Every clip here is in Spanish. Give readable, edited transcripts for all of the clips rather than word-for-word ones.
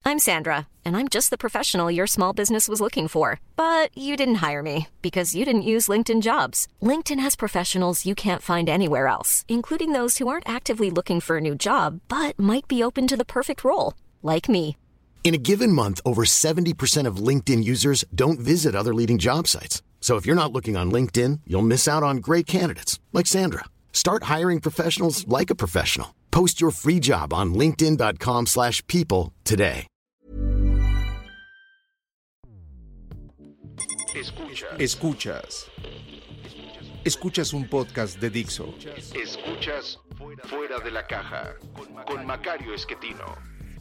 I'm Sandra, and I'm just the professional your small business was looking for. But you didn't hire me because you didn't use LinkedIn Jobs. LinkedIn has professionals you can't find anywhere else, including those who aren't actively looking for a new job, but might be open to the perfect role, like me. In a given month, over 70% of LinkedIn users don't visit other leading job sites. So if you're not looking on LinkedIn, you'll miss out on great candidates like Sandra. Start hiring professionals like a professional. Post your free job on linkedin.com/people today. Escuchas un podcast de Dixo. Escuchas Fuera de la Caja con Macario Esquetino.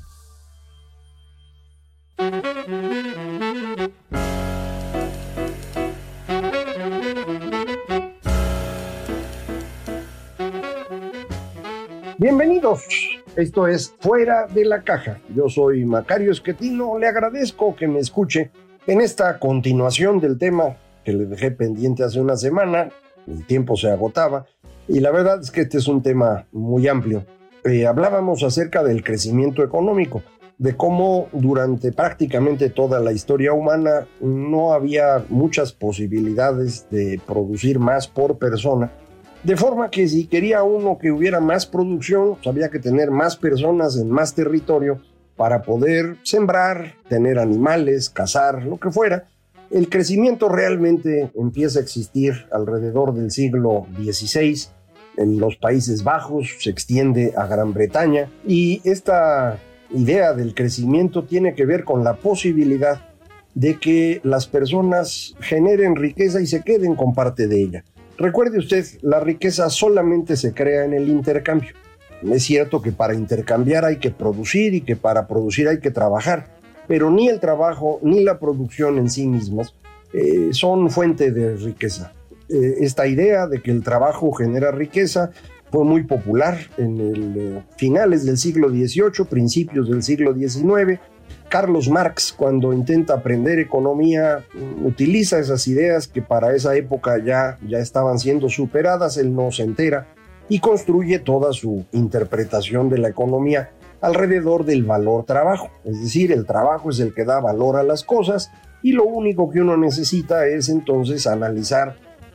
Bienvenidos, esto es Fuera de la Caja. Yo soy Macario Esquetino, le agradezco que me escuche en esta continuación del tema que le dejé pendiente hace una semana. El tiempo se agotaba y la verdad es que este es un tema muy amplio. Hablábamos acerca del crecimiento económico, de cómo durante prácticamente toda la historia humana no había muchas posibilidades de producir más por persona. De forma que si quería uno que hubiera más producción, pues había que tener más personas en más territorio para poder sembrar, tener animales, cazar, lo que fuera. El crecimiento realmente empieza a existir alrededor del siglo XVI en los Países Bajos, se extiende a Gran Bretaña y esta idea del crecimiento tiene que ver con la posibilidad de que las personas generen riqueza y se queden con parte de ella. Recuerde usted, la riqueza solamente se crea en el intercambio. Es cierto que para intercambiar hay que producir y que para producir hay que trabajar, pero ni el trabajo ni la producción en sí mismas son fuente de riqueza. Esta idea de que el trabajo genera riqueza fue muy popular en finales del siglo XVIII, principios del siglo XIX. Carlos Marx, cuando intenta aprender economía, utiliza esas ideas que para esa época ya estaban siendo superadas. Él no se entera y construye toda su interpretación de la economía alrededor del valor trabajo. Es decir, el trabajo es el que da valor a las cosas y lo único que uno necesita es entonces analizar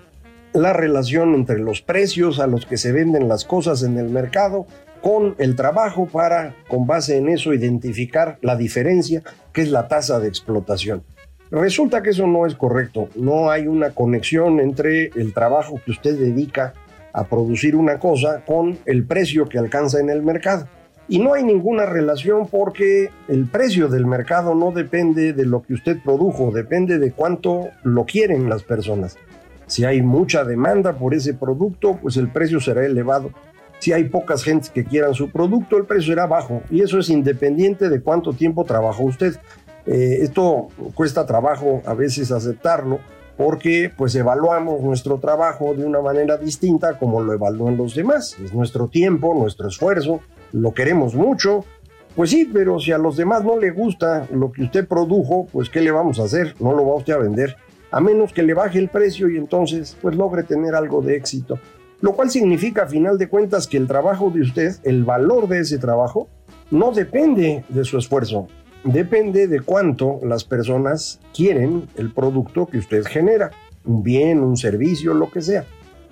la relación entre los precios a los que se venden las cosas en el mercado con el trabajo para, con base en eso, identificar la diferencia, que es la tasa de explotación. Resulta que eso no es correcto. No hay una conexión entre el trabajo que usted dedica a producir una cosa con el precio que alcanza en el mercado. Y no hay ninguna relación porque el precio del mercado no depende de lo que usted produjo, depende de cuánto lo quieren las personas. Si hay mucha demanda por ese producto, pues el precio será elevado. Si hay pocas gentes que quieran su producto, el precio será bajo. Y eso es independiente de cuánto tiempo trabajó usted. Esto cuesta trabajo a veces aceptarlo porque pues evaluamos nuestro trabajo de una manera distinta como lo evalúan los demás. Es nuestro tiempo, nuestro esfuerzo, lo queremos mucho. Pues sí, pero si a los demás no le gusta lo que usted produjo, pues ¿qué le vamos a hacer? No lo va usted a vender, a menos que le baje el precio y entonces pues logre tener algo de éxito. Lo cual significa, a final de cuentas, que el trabajo de usted, el valor de ese trabajo, no depende de su esfuerzo. Depende de cuánto las personas quieren el producto que usted genera. Un bien, un servicio, lo que sea.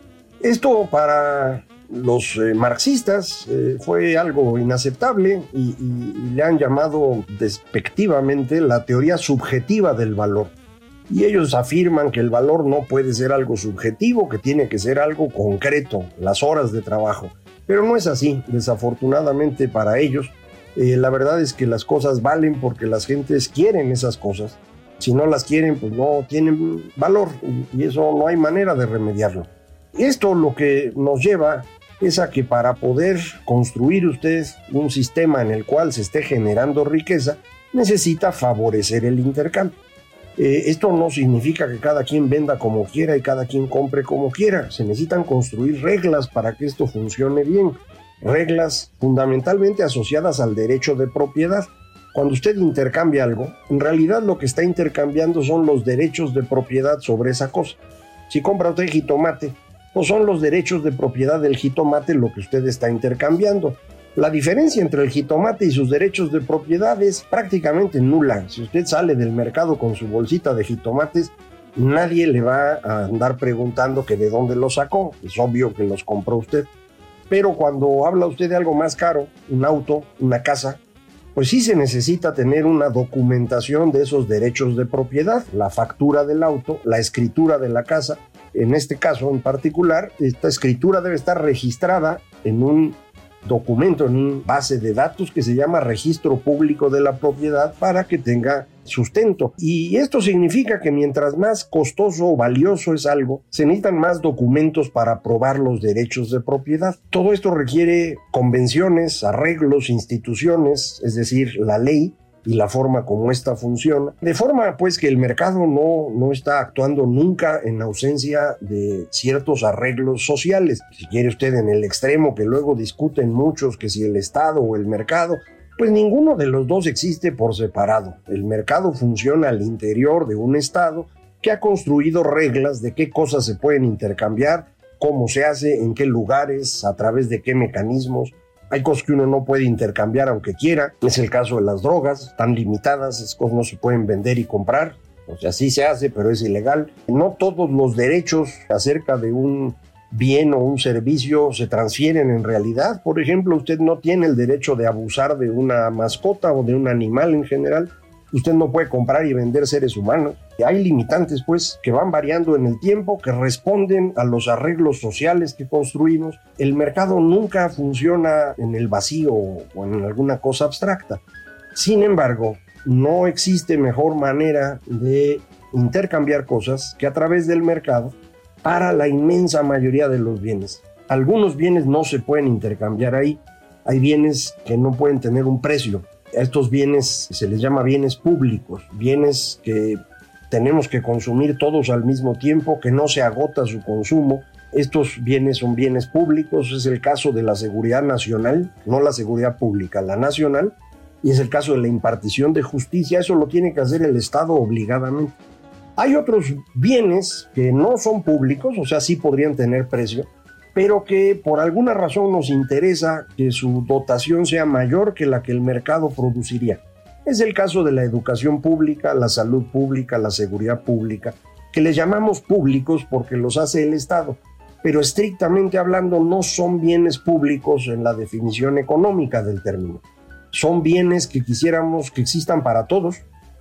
Esto para los marxistas fue algo inaceptable y le han llamado despectivamente la teoría subjetiva del valor. Y ellos afirman que el valor no puede ser algo subjetivo, que tiene que ser algo concreto, las horas de trabajo. Pero no es así, desafortunadamente para ellos. La verdad es que las cosas valen porque las gentes quieren esas cosas. Si no las quieren, pues no tienen valor y eso no hay manera de remediarlo. Esto lo que nos lleva es a que para poder construir usted un sistema en el cual se esté generando riqueza, necesita favorecer el intercambio. Esto no significa que cada quien venda como quiera y cada quien compre como quiera. Se necesitan construir reglas para que esto funcione bien. Reglas fundamentalmente asociadas al derecho de propiedad. Cuando usted intercambia algo, en realidad lo que está intercambiando son los derechos de propiedad sobre esa cosa. Si compra usted jitomate, pues son los derechos de propiedad del jitomate lo que usted está intercambiando. La diferencia entre el jitomate y sus derechos de propiedad es prácticamente nula. Si usted sale del mercado con su bolsita de jitomates, nadie le va a andar preguntando que de dónde los sacó. Es obvio que los compró usted. Pero cuando habla usted de algo más caro, un auto, una casa, pues sí se necesita tener una documentación de esos derechos de propiedad, la factura del auto, la escritura de la casa. En este caso en particular, esta escritura debe estar registrada en un documento, en una base de datos que se llama Registro Público de la Propiedad para que tenga sustento. Y esto significa que mientras más costoso o valioso es algo, se necesitan más documentos para probar los derechos de propiedad. Todo esto requiere convenciones, arreglos, instituciones, es decir, la ley y la forma como esta funciona, de forma pues que el mercado no está actuando nunca en ausencia de ciertos arreglos sociales. Si quiere usted en el extremo que luego discuten muchos que si el Estado o el mercado, pues ninguno de los dos existe por separado. El mercado funciona al interior de un Estado que ha construido reglas de qué cosas se pueden intercambiar, cómo se hace, en qué lugares, a través de qué mecanismos. Hay cosas que uno no puede intercambiar aunque quiera. Es el caso de las drogas, están limitadas, esas cosas no se pueden vender y comprar. O sea, sí se hace, pero es ilegal. No todos los derechos acerca de un bien o un servicio se transfieren en realidad. Por ejemplo, usted no tiene el derecho de abusar de una mascota o de un animal en general. Usted no puede comprar y vender seres humanos. Hay limitantes, pues, que van variando en el tiempo, que responden a los arreglos sociales que construimos. El mercado nunca funciona en el vacío o en alguna cosa abstracta. Sin embargo, no existe mejor manera de intercambiar cosas que a través del mercado para la inmensa mayoría de los bienes. Algunos bienes no se pueden intercambiar ahí. Hay bienes que no pueden tener un precio. A estos bienes se les llama bienes públicos, bienes que tenemos que consumir todos al mismo tiempo, que no se agota su consumo. Estos bienes son bienes públicos, es el caso de la seguridad nacional, no la seguridad pública, la nacional, y es el caso de la impartición de justicia. Eso lo tiene que hacer el Estado obligadamente. Hay otros bienes que no son públicos, o sea, sí podrían tener precio, pero que por alguna razón nos interesa que su dotación sea mayor que la que el mercado produciría. Es el caso de la educación pública, la salud pública, la seguridad pública, que les llamamos públicos porque los hace el Estado, pero estrictamente hablando no son bienes públicos en la definición económica del término. Son bienes que quisiéramos que existan para todos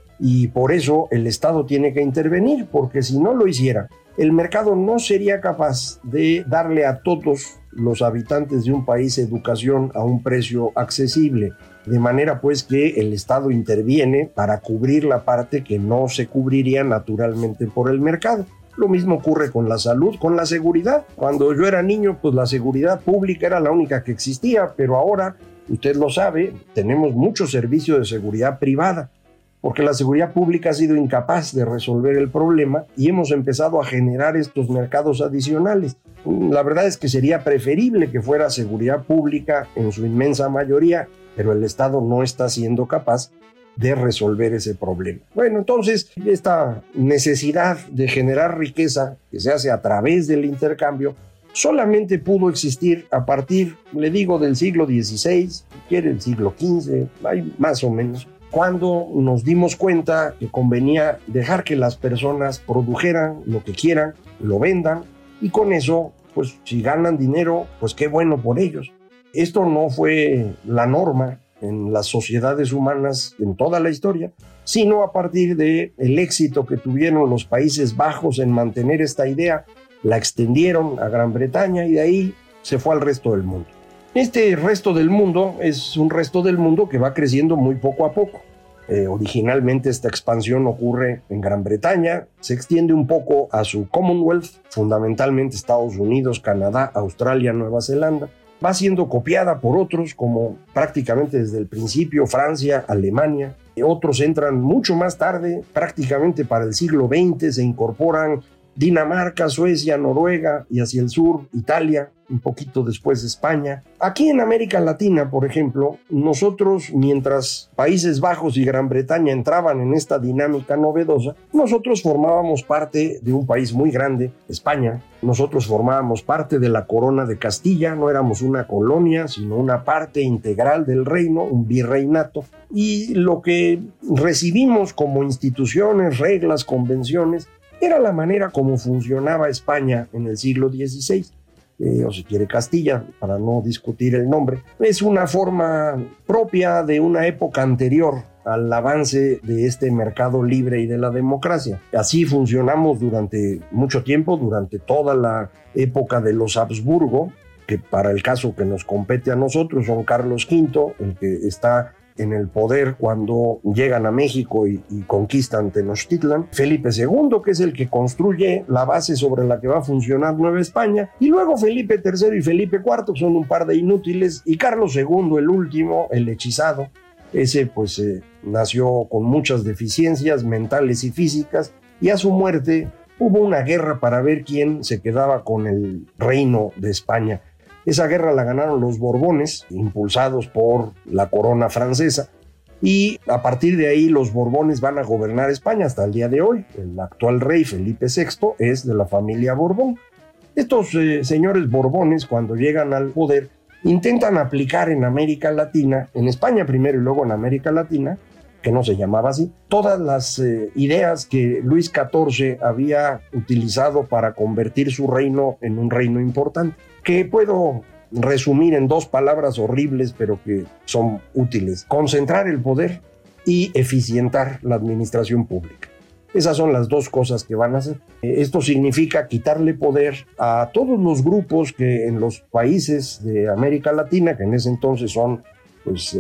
y por eso el Estado tiene que intervenir, porque si no lo hiciera, el mercado no sería capaz de darle a todos los habitantes de un país educación a un precio accesible, de manera pues que el Estado interviene para cubrir la parte que no se cubriría naturalmente por el mercado. Lo mismo ocurre con la salud, con la seguridad. Cuando yo era niño, pues la seguridad pública era la única que existía, pero ahora, usted lo sabe, tenemos mucho servicio de seguridad privada, porque la seguridad pública ha sido incapaz de resolver el problema y hemos empezado a generar estos mercados adicionales. La verdad es que sería preferible que fuera seguridad pública en su inmensa mayoría, pero el Estado no está siendo capaz de resolver ese problema. Bueno, entonces, esta necesidad de generar riqueza que se hace a través del intercambio solamente pudo existir a partir, le digo, del siglo XVI, si quiere el siglo XV, hay más o menos, cuando nos dimos cuenta que convenía dejar que las personas produjeran lo que quieran, lo vendan, y con eso, pues si ganan dinero, pues qué bueno por ellos. Esto no fue la norma en las sociedades humanas en toda la historia, sino a partir del éxito que tuvieron los Países Bajos en mantener esta idea, la extendieron a Gran Bretaña y de ahí se fue al resto del mundo. Este resto del mundo es un resto del mundo que va creciendo muy poco a poco. Originalmente esta expansión ocurre en Gran Bretaña, se extiende un poco a su Commonwealth, fundamentalmente Estados Unidos, Canadá, Australia, Nueva Zelanda. Va siendo copiada por otros como prácticamente desde el principio Francia, Alemania. Otros entran mucho más tarde, prácticamente para el siglo XX se incorporan Dinamarca, Suecia, Noruega y hacia el sur Italia un poquito después España. Aquí en América Latina, por ejemplo, nosotros, mientras Países Bajos y Gran Bretaña entraban en esta dinámica novedosa, nosotros formábamos parte de un país muy grande, España. Nosotros formábamos parte de la corona de Castilla, no éramos una colonia, sino una parte integral del reino, un virreinato. Y lo que recibimos como instituciones, reglas, convenciones, era la manera como funcionaba España en el siglo XVI, o si quiere Castilla, para no discutir el nombre. Es una forma propia de una época anterior al avance de este mercado libre y de la democracia. Así funcionamos durante mucho tiempo, durante toda la época de los Habsburgo, que para el caso que nos compete a nosotros son Carlos V, el que está en el poder cuando llegan a México y conquistan Tenochtitlan, Felipe II, que es el que construye la base sobre la que va a funcionar Nueva España, y luego Felipe III y Felipe IV, que son un par de inútiles, y Carlos II, el último, el hechizado. Ese pues nació con muchas deficiencias mentales y físicas, y a su muerte hubo una guerra para ver quién se quedaba con el reino de España. Esa guerra la ganaron los Borbones, impulsados por la corona francesa, y a partir de ahí los Borbones van a gobernar España hasta el día de hoy. El actual rey Felipe VI es de la familia Borbón. Estos señores Borbones, cuando llegan al poder, intentan aplicar en América Latina, en España primero y luego en América Latina, que no se llamaba así, todas las ideas que Luis XIV había utilizado para convertir su reino en un reino importante, que puedo resumir en dos palabras horribles, pero que son útiles: concentrar el poder y eficientar la administración pública. Esas son las dos cosas que van a hacer. Esto significa quitarle poder a todos los grupos que en los países de América Latina, que en ese entonces son pues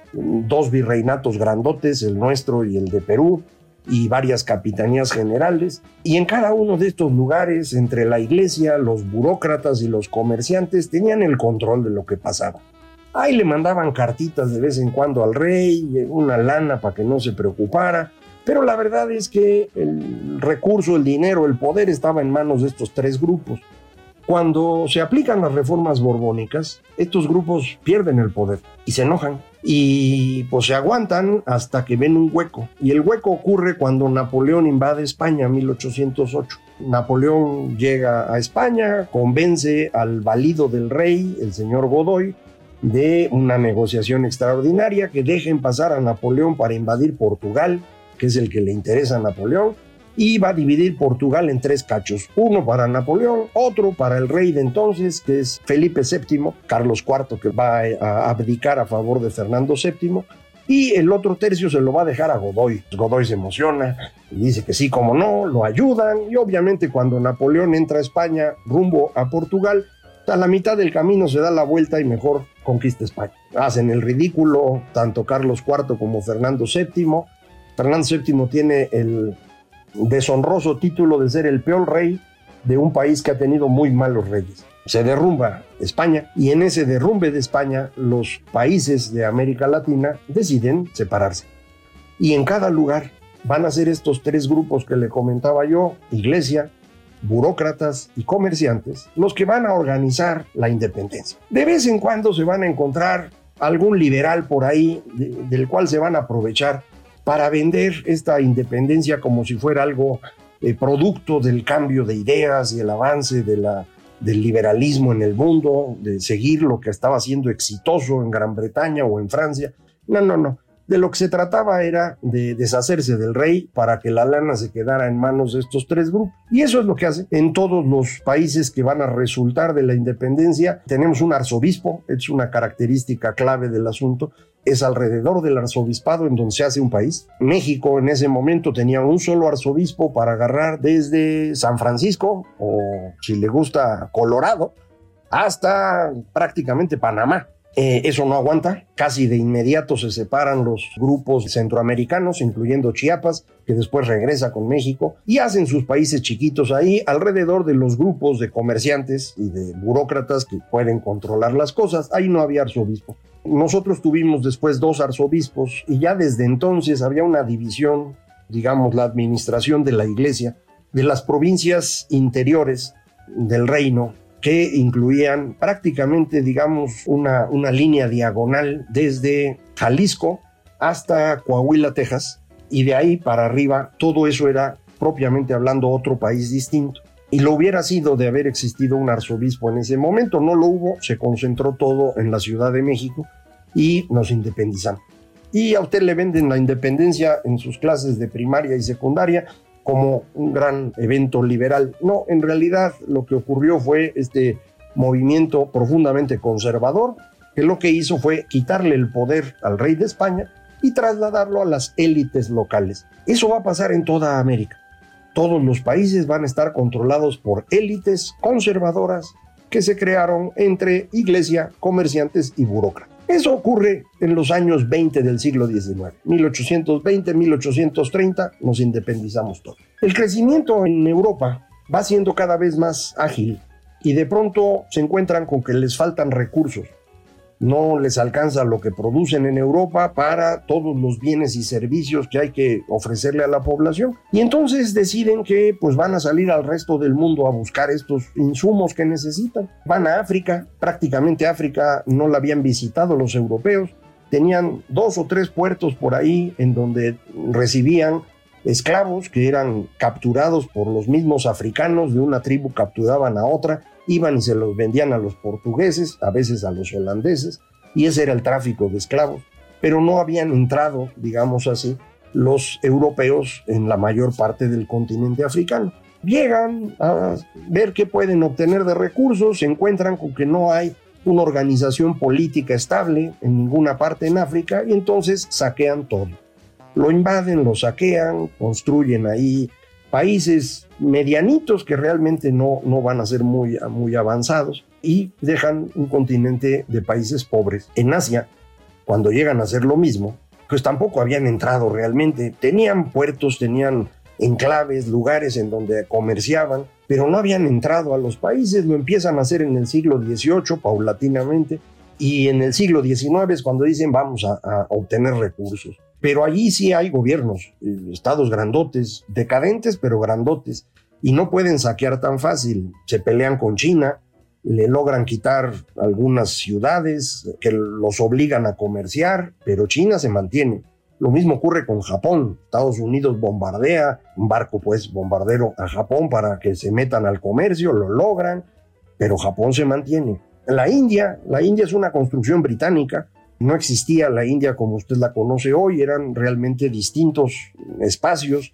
dos virreinatos grandotes, el nuestro y el de Perú, y varias capitanías generales, y en cada uno de estos lugares, entre la iglesia, los burócratas y los comerciantes, tenían el control de lo que pasaba. Ahí le mandaban cartitas de vez en cuando al rey, una lana para que no se preocupara, pero la verdad es que el recurso, el dinero, el poder estaba en manos de estos tres grupos. Cuando se aplican las reformas borbónicas, estos grupos pierden el poder y se enojan. Y pues se aguantan hasta que ven un hueco. Y el hueco ocurre cuando Napoleón invade España en 1808. Napoleón llega a España, convence al valido del rey, el señor Godoy, de una negociación extraordinaria, que dejen pasar a Napoleón para invadir Portugal, que es el que le interesa a Napoleón, y va a dividir Portugal en tres cachos: uno para Napoleón, otro para el rey de entonces, que es Felipe VII, Carlos IV, que va a abdicar a favor de Fernando VII, y el otro tercio se lo va a dejar a Godoy. Godoy se emociona y dice que sí, como no, lo ayudan, y obviamente cuando Napoleón entra a España rumbo a Portugal, a la mitad del camino se da la vuelta y mejor conquista España. Hacen el ridículo tanto Carlos IV como Fernando VII. Fernando VII tiene el deshonroso título de ser el peor rey de un país que ha tenido muy malos reyes. Se derrumba España, y en ese derrumbe de España los países de América Latina deciden separarse. Y en cada lugar van a ser estos tres grupos que le comentaba yo: iglesia, burócratas y comerciantes, los que van a organizar la independencia. De vez en cuando se van a encontrar algún liberal por ahí del cual se van a aprovechar para vender esta independencia como si fuera algo producto del cambio de ideas y el avance del liberalismo en el mundo, de seguir lo que estaba siendo exitoso en Gran Bretaña o en Francia. No. De lo que se trataba era de deshacerse del rey para que la lana se quedara en manos de estos tres grupos. Y eso es lo que hace en todos los países que van a resultar de la independencia. Tenemos un arzobispo, es una característica clave del asunto. Es alrededor del arzobispado en donde se hace un país. México en ese momento tenía un solo arzobispo para agarrar desde San Francisco, o si le gusta Colorado, hasta prácticamente Panamá. Eso no aguanta. Casi de inmediato se separan los grupos centroamericanos, incluyendo Chiapas, que después regresa con México, y hacen sus países chiquitos ahí alrededor de los grupos de comerciantes y de burócratas que pueden controlar las cosas. Ahí no había arzobispo. Nosotros tuvimos después dos arzobispos, y ya desde entonces había una división, digamos, la administración de la iglesia, de las provincias interiores del reino, que incluían prácticamente, digamos, una línea diagonal desde Jalisco hasta Coahuila, Texas, y de ahí para arriba todo eso era, propiamente hablando, otro país distinto. Y lo hubiera sido de haber existido un arzobispo en ese momento. No lo hubo, se concentró todo en la Ciudad de México y nos independizamos. Y a usted le venden la independencia en sus clases de primaria y secundaria como un gran evento liberal. No, en realidad lo que ocurrió fue este movimiento profundamente conservador, que lo que hizo fue quitarle el poder al rey de España y trasladarlo a las élites locales. Eso va a pasar en toda América. Todos los países van a estar controlados por élites conservadoras que se crearon entre iglesia, comerciantes y burócratas. Eso ocurre en los años 20 del siglo XIX. 1820, 1830, nos independizamos todos. El crecimiento en Europa va siendo cada vez más ágil y de pronto se encuentran con que les faltan recursos. No les alcanza lo que producen en Europa para todos los bienes y servicios que hay que ofrecerle a la población. Y entonces deciden que pues van a salir al resto del mundo a buscar estos insumos que necesitan. Van a África, prácticamente África no la habían visitado los europeos. Tenían 2 o 3 puertos por ahí en donde recibían esclavos que eran capturados por los mismos africanos. De una tribu capturaban a otra, iban y se los vendían a los portugueses, a veces a los holandeses, y ese era el tráfico de esclavos. Pero no habían entrado, digamos así, los europeos en la mayor parte del continente africano. Llegan a ver qué pueden obtener de recursos, se encuentran con que no hay una organización política estable en ninguna parte en África y entonces saquean todo. Lo invaden, lo saquean, construyen ahí países medianitos que realmente no van a ser muy avanzados y dejan un continente de países pobres. En Asia, cuando llegan a hacer lo mismo, pues tampoco habían entrado realmente. Tenían puertos, tenían enclaves, lugares en donde comerciaban, pero no habían entrado a los países. Lo empiezan a hacer en el siglo XVIII, paulatinamente, y en el siglo XIX es cuando dicen vamos a obtener recursos. Pero allí sí hay gobiernos, estados grandotes, decadentes pero grandotes, y no pueden saquear tan fácil. Se pelean con China, le logran quitar algunas ciudades que los obligan a comerciar, pero China se mantiene. Lo mismo ocurre con Japón. Estados Unidos bombardea un barco bombardero a Japón para que se metan al comercio, lo logran, pero Japón se mantiene. La India es una construcción británica. No existía la India como usted la conoce hoy, eran realmente distintos espacios.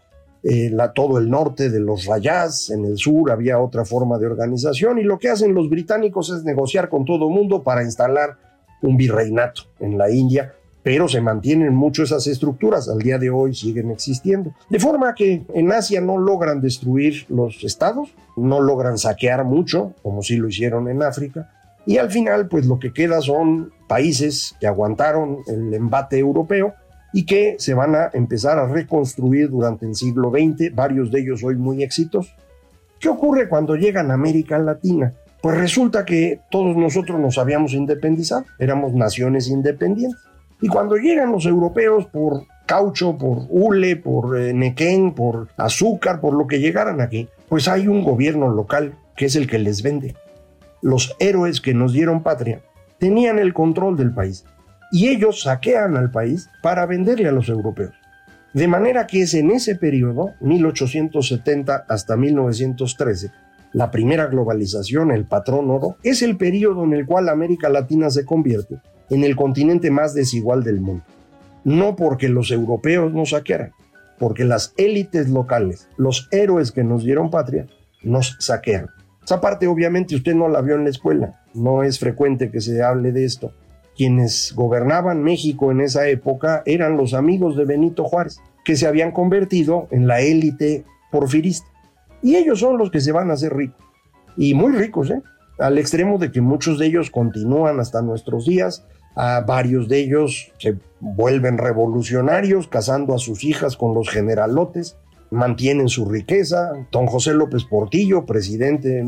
Todo el norte de los rayas, en el sur había otra forma de organización y lo que hacen los británicos es negociar con todo el mundo para instalar un virreinato en la India, pero se mantienen mucho esas estructuras, al día de hoy siguen existiendo. De forma que en Asia no logran destruir los estados, no logran saquear mucho, como sí lo hicieron en África, y al final pues lo que queda son países que aguantaron el embate europeo y que se van a empezar a reconstruir durante el siglo XX, varios de ellos hoy muy exitosos. ¿Qué ocurre cuando llegan a América Latina? Pues resulta que todos nosotros nos habíamos independizado, éramos naciones independientes. Y cuando llegan los europeos por caucho, por hule, por nequén, por azúcar, por lo que llegaran aquí, pues hay un gobierno local que es el que les vende. Los héroes que nos dieron patria tenían el control del país y ellos saquean al país para venderle a los europeos. De manera que es en ese periodo, 1870 hasta 1913, la primera globalización, el patrón oro, es el periodo en el cual América Latina se convierte en el continente más desigual del mundo. No porque los europeos nos saquearan, porque las élites locales, los héroes que nos dieron patria, nos saquean. Esa parte obviamente usted no la vio en la escuela, no es frecuente que se hable de esto. Quienes gobernaban México en esa época eran los amigos de Benito Juárez, que se habían convertido en la élite porfirista. Y ellos son los que se van a hacer ricos, y muy ricos, al extremo de que muchos de ellos continúan hasta nuestros días. A varios de ellos se vuelven revolucionarios, casando a sus hijas con los generalotes, mantienen su riqueza. Don José López Portillo, presidente de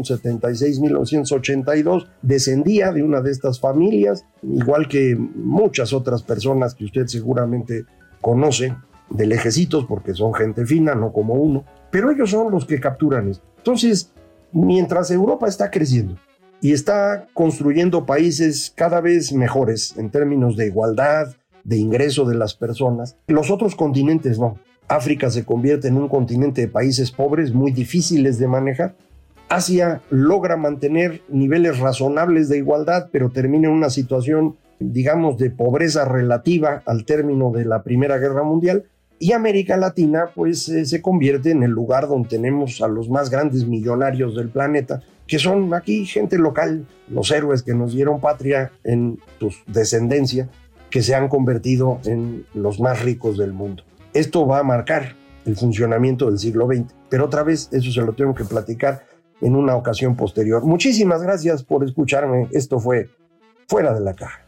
1976-1982, descendía de una de estas familias, igual que muchas otras personas que usted seguramente conoce, de lejecitos, porque son gente fina, no como uno, pero ellos son los que capturan esto. Entonces, mientras Europa está creciendo y está construyendo países cada vez mejores en términos de igualdad, de ingreso de las personas, los otros continentes no. África se convierte en un continente de países pobres muy difíciles de manejar. Asia logra mantener niveles razonables de igualdad, pero termina en una situación, digamos, de pobreza relativa al término de la Primera Guerra Mundial. Y América Latina, pues, se convierte en el lugar donde tenemos a los más grandes millonarios del planeta, que son aquí gente local, los héroes que nos dieron patria en su descendencia, que se han convertido en los más ricos del mundo. Esto va a marcar el funcionamiento del siglo XX, pero otra vez eso se lo tengo que platicar en una ocasión posterior. Muchísimas gracias por escucharme. Esto fue Fuera de la Caja.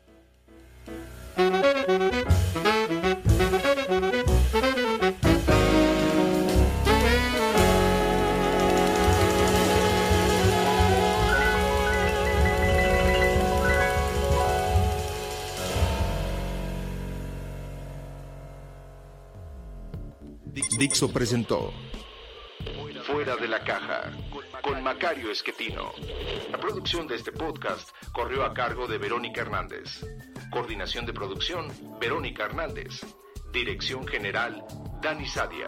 Dixo presentó Fuera de la Caja con Macario Esquetino. La producción de este podcast corrió a cargo de Verónica Hernández. Coordinación de producción, Verónica Hernández. Dirección General, Dani Sadia.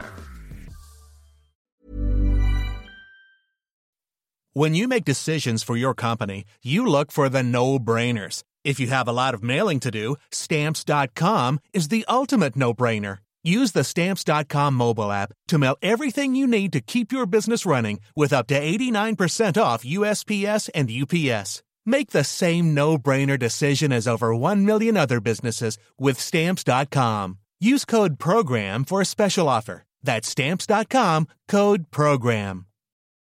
When you make decisions for your company, you look for the no-brainers. If you have a lot of mailing to do, Stamps.com is the ultimate no-brainer. Use the Stamps.com mobile app to mail everything you need to keep your business running with up to 89% off USPS and UPS. Make the same no-brainer decision as over 1 million other businesses with Stamps.com. Use code PROGRAM for a special offer. That's Stamps.com, code PROGRAM.